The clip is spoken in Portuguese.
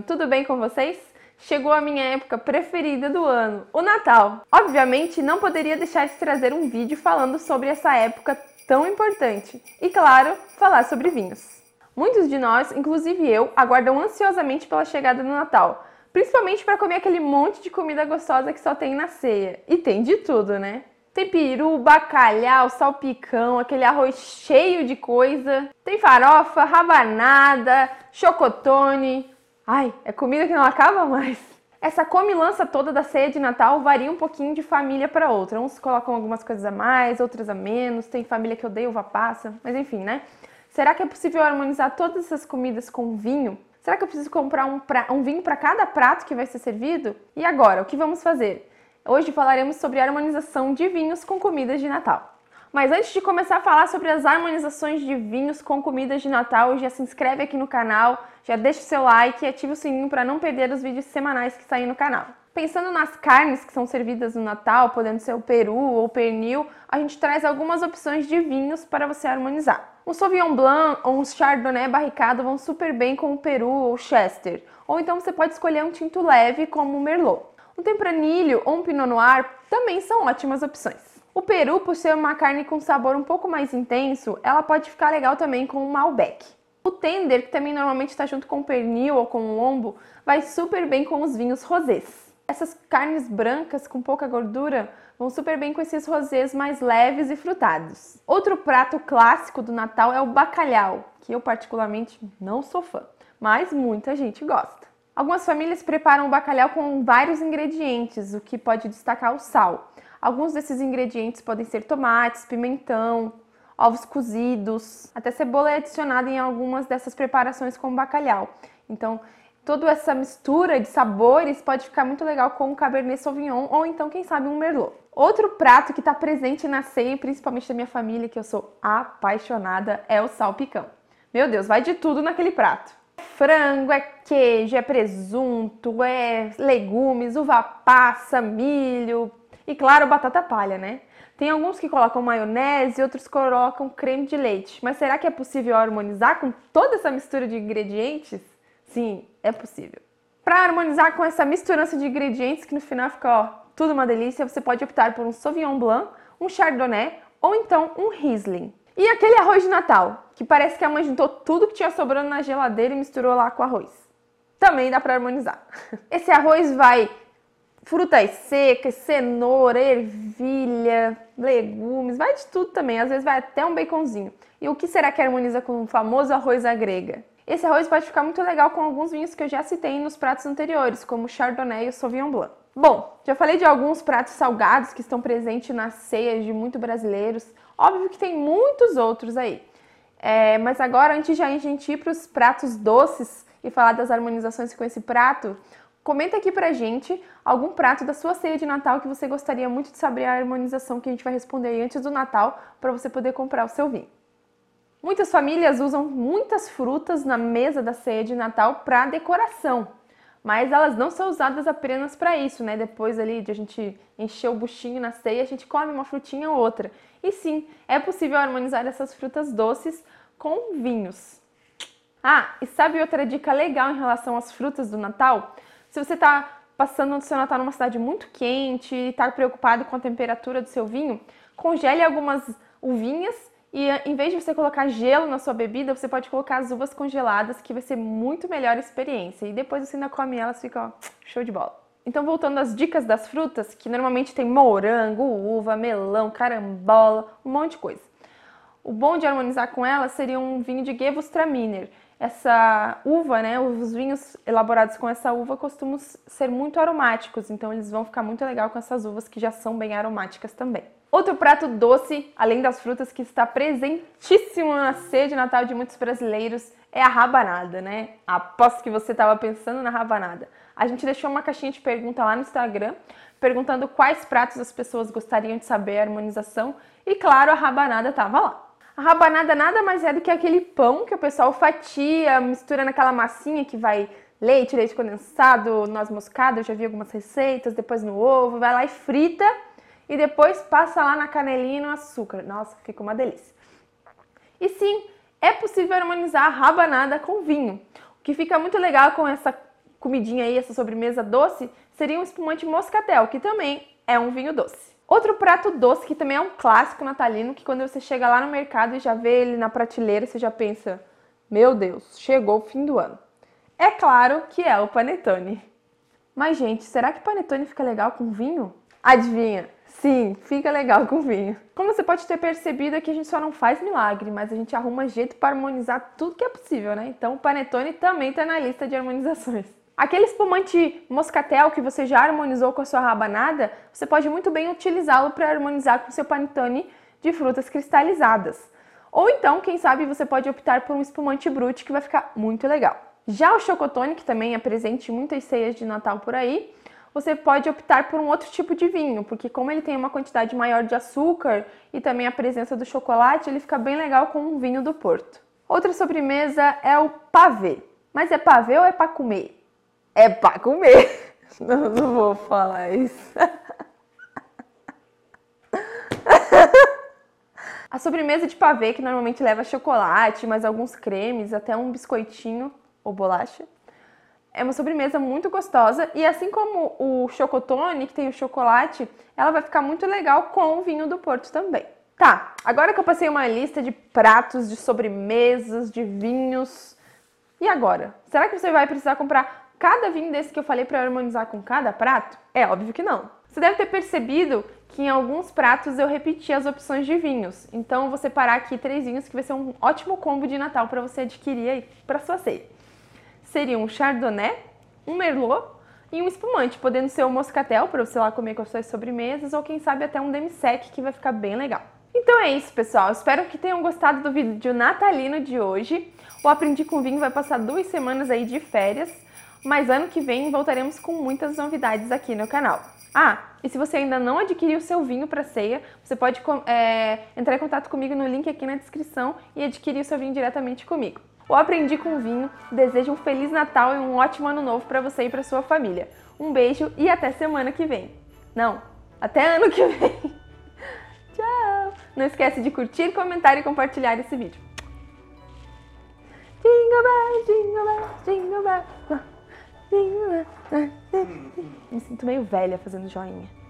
tudo bem com vocês? Chegou a minha época preferida do ano, o Natal. Obviamente, não poderia deixar de trazer um vídeo falando sobre essa época tão importante e, claro, falar sobre vinhos. Muitos de nós, inclusive eu, aguardam ansiosamente pela chegada do Natal, principalmente para comer aquele monte de comida gostosa que só tem na ceia. E tem de tudo, né? Tem peru, bacalhau, salpicão, aquele arroz cheio de coisa. Tem farofa, rabanada, chocotone. Ai, é comida que não acaba mais. Essa comilança toda da ceia de Natal varia um pouquinho de família para outra. Uns colocam algumas coisas a mais, outras a menos. Tem família que odeia uva passa, mas enfim, né? Será que é possível harmonizar todas essas comidas com vinho? Será que eu preciso comprar um vinho para cada prato que vai ser servido? E agora, o que vamos fazer? Hoje falaremos sobre a harmonização de vinhos com comidas de Natal. Mas antes de começar a falar sobre as harmonizações de vinhos com comidas de Natal, já se inscreve aqui no canal, já deixa o seu like e ativa o sininho para não perder os vídeos semanais que saem no canal. Pensando nas carnes que são servidas no Natal, podendo ser o peru ou o pernil, a gente traz algumas opções de vinhos para você harmonizar. Um Sauvignon Blanc ou um Chardonnay barricado vão super bem com o peru ou Chester, ou então você pode escolher um tinto leve como o Merlot. Um Tempranillo ou um Pinot Noir também são ótimas opções. O peru, por ser uma carne com sabor um pouco mais intenso, ela pode ficar legal também com um Malbec. O Tender, que também normalmente está junto com o pernil ou com o lombo, vai super bem com os vinhos rosés. Essas carnes brancas com pouca gordura vão super bem com esses rosés mais leves e frutados. Outro prato clássico do Natal é o bacalhau, que eu particularmente não sou fã, mas muita gente gosta. Algumas famílias preparam o bacalhau com vários ingredientes, o que pode destacar o sal. Alguns desses ingredientes podem ser tomates, pimentão, ovos cozidos, até cebola é adicionada em algumas dessas preparações com bacalhau. Então, toda essa mistura de sabores pode ficar muito legal com o Cabernet Sauvignon ou então, quem sabe, um Merlot. Outro prato que está presente na ceia, principalmente da minha família, que eu sou apaixonada, é o salpicão. Meu Deus, vai de tudo naquele prato. Frango, é queijo, é presunto, é legumes, uva passa, milho e, claro, batata palha, né? Tem alguns que colocam maionese e outros colocam creme de leite. Mas será que é possível harmonizar com toda essa mistura de ingredientes? Sim, é possível. Para harmonizar com essa misturança de ingredientes, que no final fica, ó, tudo uma delícia, você pode optar por um Sauvignon Blanc, um Chardonnay ou então um Riesling. E aquele arroz de Natal, que parece que a mãe juntou tudo que tinha sobrando na geladeira e misturou lá com arroz. Também dá para harmonizar. Esse arroz vai frutas secas, cenoura, ervilha, legumes, vai de tudo também. Às vezes vai até um baconzinho. E o que será que harmoniza com o famoso arroz à grega? Esse arroz pode ficar muito legal com alguns vinhos que eu já citei nos pratos anteriores, como o Chardonnay e o Sauvignon Blanc. Bom, já falei de alguns pratos salgados que estão presentes nas ceias de muitos brasileiros. Óbvio que tem muitos outros aí. Mas agora, antes de a gente ir para os pratos doces e falar das harmonizações com esse prato, comenta aqui pra gente algum prato da sua ceia de Natal que você gostaria muito de saber a harmonização que a gente vai responder aí antes do Natal para você poder comprar o seu vinho. Muitas famílias usam muitas frutas na mesa da ceia de Natal para decoração, mas elas não são usadas apenas para isso, né? Depois ali de a gente encher o buchinho na ceia, a gente come uma frutinha ou outra. E sim, é possível harmonizar essas frutas doces com vinhos. Ah, e sabe outra dica legal em relação às frutas do Natal? Se você está passando o seu Natal numa cidade muito quente e está preocupado com a temperatura do seu vinho, congele algumas uvinhas e, em vez de você colocar gelo na sua bebida, você pode colocar as uvas congeladas, que vai ser muito melhor a experiência. E depois você ainda come elas, fica, ó, show de bola. Então, voltando às dicas das frutas, que normalmente tem morango, uva, melão, carambola, um monte de coisa. O bom de harmonizar com elas seria um vinho de Gewürztraminer. Essa uva, né, os vinhos elaborados com essa uva costumam ser muito aromáticos, então eles vão ficar muito legal com essas uvas que já são bem aromáticas também. Outro prato doce, além das frutas, que está presentíssimo na ceia de Natal de muitos brasileiros, é a rabanada, né? Aposto que você estava pensando na rabanada. A gente deixou uma caixinha de pergunta lá no Instagram, perguntando quais pratos as pessoas gostariam de saber a harmonização, e claro, a rabanada estava lá. A rabanada nada mais é do que aquele pão que o pessoal fatia, mistura naquela massinha que vai leite, leite condensado, noz moscada, eu já vi algumas receitas, depois no ovo, vai lá e frita e depois passa lá na canelinha e no açúcar. Nossa, fica uma delícia. E sim, é possível harmonizar a rabanada com vinho, o que fica muito legal comidinha aí, essa sobremesa doce, seria um espumante moscatel, que também é um vinho doce. Outro prato doce que também é um clássico natalino, que quando você chega lá no mercado e já vê ele na prateleira, você já pensa, meu Deus, chegou o fim do ano. É claro que é o panetone. Mas, gente, será que panetone fica legal com vinho? Adivinha? Sim, fica legal com vinho. Como você pode ter percebido, aqui a gente só não faz milagre, mas a gente arruma jeito para harmonizar tudo que é possível, né? Então o panetone também está na lista de harmonizações. Aquele espumante moscatel que você já harmonizou com a sua rabanada, você pode muito bem utilizá-lo para harmonizar com o seu panetone de frutas cristalizadas. Ou então, quem sabe, você pode optar por um espumante brute que vai ficar muito legal. Já o chocotone, que também é presente em muitas ceias de Natal por aí, você pode optar por um outro tipo de vinho, porque como ele tem uma quantidade maior de açúcar e também a presença do chocolate, ele fica bem legal com um vinho do Porto. Outra sobremesa é o pavê. Mas é pavê ou é para comer? É para comer. Não vou falar isso. A sobremesa de pavê, que normalmente leva chocolate, mais alguns cremes, até um biscoitinho ou bolacha, é uma sobremesa muito gostosa e assim como o chocotone, que tem o chocolate, ela vai ficar muito legal com o vinho do Porto também. Tá, agora que eu passei uma lista de pratos, de sobremesas, de vinhos, e agora? Será que você vai precisar comprar cada vinho desse que eu falei para harmonizar com cada prato? É óbvio que não. Você deve ter percebido que em alguns pratos eu repeti as opções de vinhos. Então eu vou separar aqui 3 vinhos que vai ser um ótimo combo de Natal para você adquirir aí para sua ceia. Seria um chardonnay, um merlot e um espumante, podendo ser um moscatel para você lá comer com as suas sobremesas ou quem sabe até um demi-sec que vai ficar bem legal. Então é isso, pessoal. Espero que tenham gostado do vídeo natalino de hoje. O Aprendi com Vinho vai passar 2 semanas aí de férias, mas ano que vem voltaremos com muitas novidades aqui no canal. Ah, e se você ainda não adquiriu o seu vinho para ceia, você pode entrar em contato comigo no link aqui na descrição e adquirir o seu vinho diretamente comigo. O Aprendi com Vinho deseja um Feliz Natal e um ótimo Ano Novo para você e para sua família. Um beijo e até semana que vem. Não, até ano que vem. Tchau! Não esquece de curtir, comentar e compartilhar esse vídeo. Jingle bells, jingle bells, jingle bells, jingle bells. Me sinto meio velha fazendo joinha.